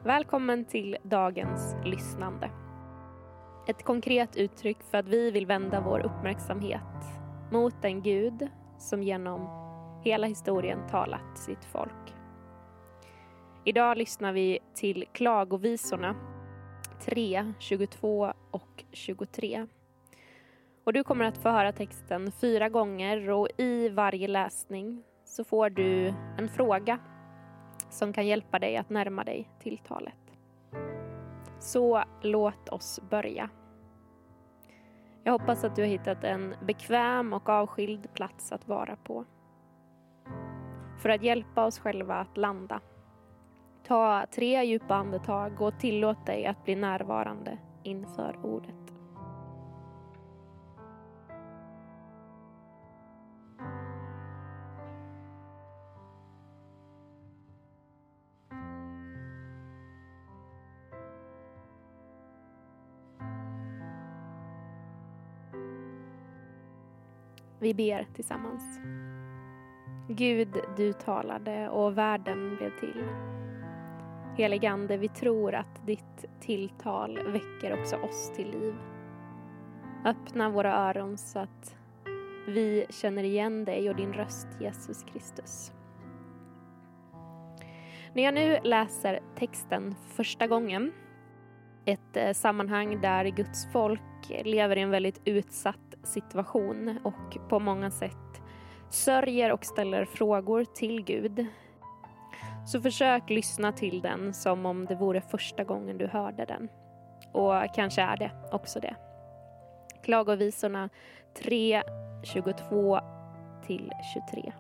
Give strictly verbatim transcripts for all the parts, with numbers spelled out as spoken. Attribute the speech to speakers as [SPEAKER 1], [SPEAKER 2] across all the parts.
[SPEAKER 1] Välkommen till dagens lyssnande. Ett konkret uttryck för att vi vill vända vår uppmärksamhet mot en Gud som genom hela historien talat sitt folk. Idag lyssnar vi till klagovisorna tre, tjugotvå och tjugotre. Och du kommer att få höra texten fyra gånger och i varje läsning så får du en fråga som kan hjälpa dig att närma dig till talet. Så låt oss börja. Jag hoppas att du har hittat en bekväm och avskild plats att vara på. För att hjälpa oss själva att landa. Ta tre djupa andetag och tillåt dig att bli närvarande inför ordet. Vi ber tillsammans. Gud, du talade och världen blev till. Helige Ande, vi tror att ditt tilltal väcker också oss till liv. Öppna våra öron så att vi känner igen dig och din röst, Jesus Kristus. När jag nu läser texten första gången, ett sammanhang där Guds folk lever i en väldigt utsatt situation och på många sätt sörjer och ställer frågor till Gud, så försök lyssna till den som om det vore första gången du hörde den. Och kanske är det också det. Klagovisorna tre, tjugotvå till tjugotre.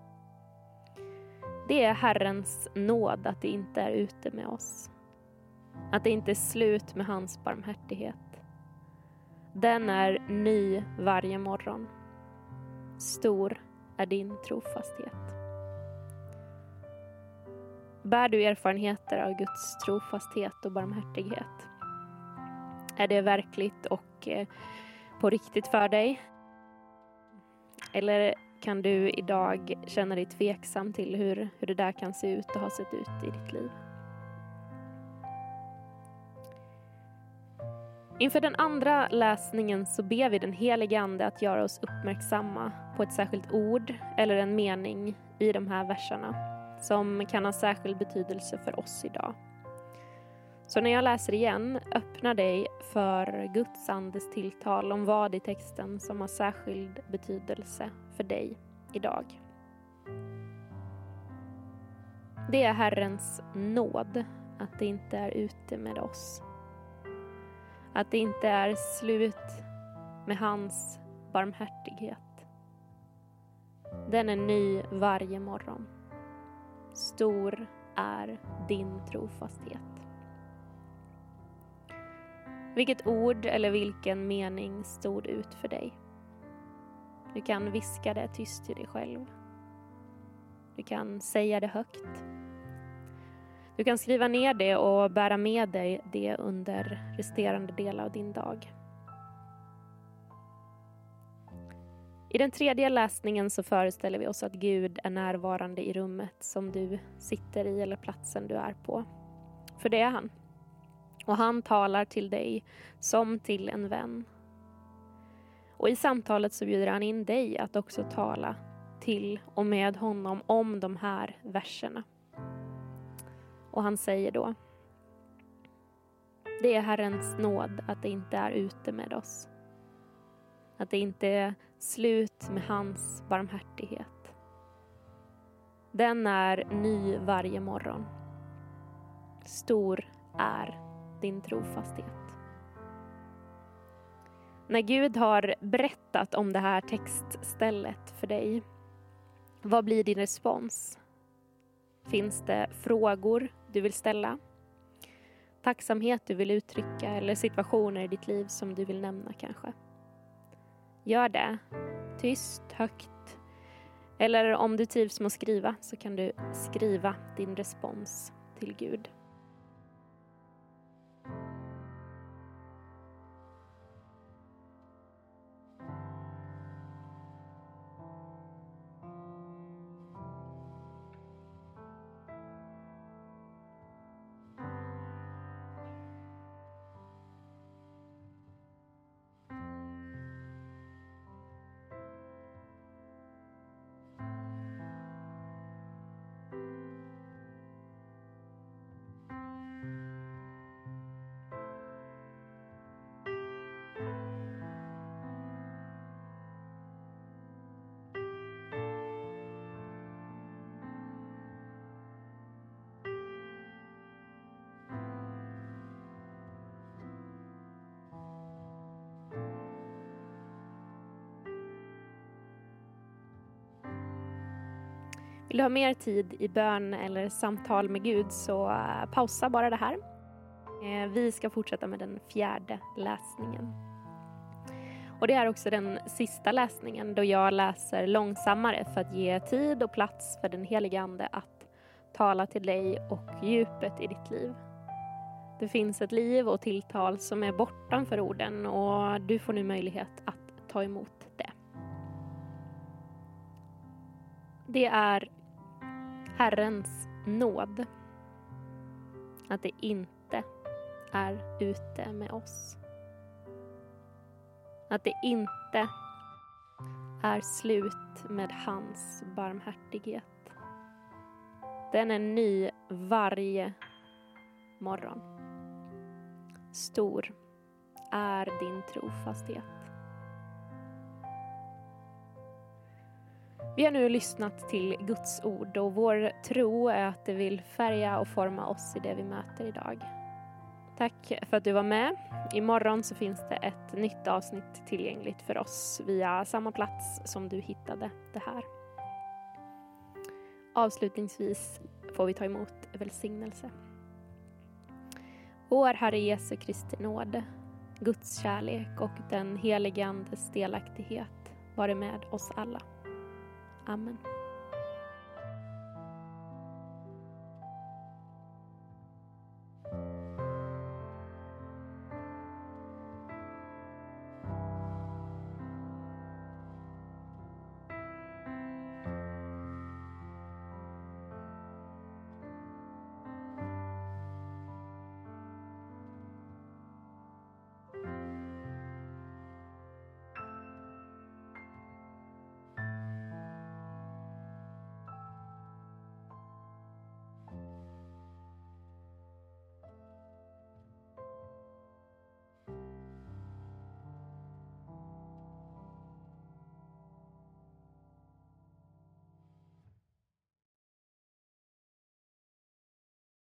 [SPEAKER 1] Det är Herrens nåd att det inte är ute med oss. Att det inte är slut med hans barmhärtighet. Den är ny varje morgon. Stor är din trofasthet. Bär du erfarenheter av Guds trofasthet och barmhärtighet? Är det verkligt och eh, på riktigt för dig? Eller kan du idag känna dig tveksam till hur, hur det där kan se ut och ha sett ut i ditt liv? Inför den andra läsningen så ber vi den helige Ande att göra oss uppmärksamma på ett särskilt ord eller en mening i de här verserna som kan ha särskild betydelse för oss idag. Så när jag läser igen, öppna dig för Guds andes tilltal om vad i texten som har särskild betydelse för dig idag. Det är Herrens nåd att det inte är ute med oss. Att det inte är slut med hans barmhärtighet. Den är ny varje morgon. Stor är din trofasthet. Vilket ord eller vilken mening stod ut för dig? Du kan viska det tyst till dig själv. Du kan säga det högt. Du kan skriva ner det och bära med dig det under resterande del av din dag. I den tredje läsningen så föreställer vi oss att Gud är närvarande i rummet som du sitter i eller platsen du är på. För det är han. Och han talar till dig som till en vän. Och i samtalet så bjuder han in dig att också tala till och med honom om de här verserna. Och han säger då: det är Herrens nåd att det inte är ute med oss. Att det inte är slut med hans barmhärtighet. Den är ny varje morgon. Stor är din trofasthet. När Gud har berättat om det här textstället för dig, vad blir din respons? Finns det frågor du vill ställa? Tacksamhet du vill uttrycka eller situationer i ditt liv som du vill nämna kanske? Gör det. Tyst, högt. Eller om du trivs med att skriva så kan du skriva din respons till Gud. Vill du ha mer tid i bön eller samtal med Gud så pausa bara det här. Vi ska fortsätta med den fjärde läsningen. Och det är också den sista läsningen då jag läser långsammare för att ge tid och plats för den helige Ande att tala till dig och djupet i ditt liv. Det finns ett liv och tilltal som är bortanför orden och du får nu möjlighet att ta emot det. Det är Herrens nåd att det inte är ute med oss. Att det inte är slut med hans barmhärtighet. Den är ny varje morgon. Stor är din trofasthet. Vi har nu lyssnat till Guds ord och vår tro är att det vill färga och forma oss i det vi möter idag. Tack för att du var med. Imorgon så finns det ett nytt avsnitt tillgängligt för oss via samma plats som du hittade det här. Avslutningsvis får vi ta emot välsignelse. Vår Herre Jesu Kristi nåd, Guds kärlek och den helige Andes delaktighet vare med oss alla. Amen.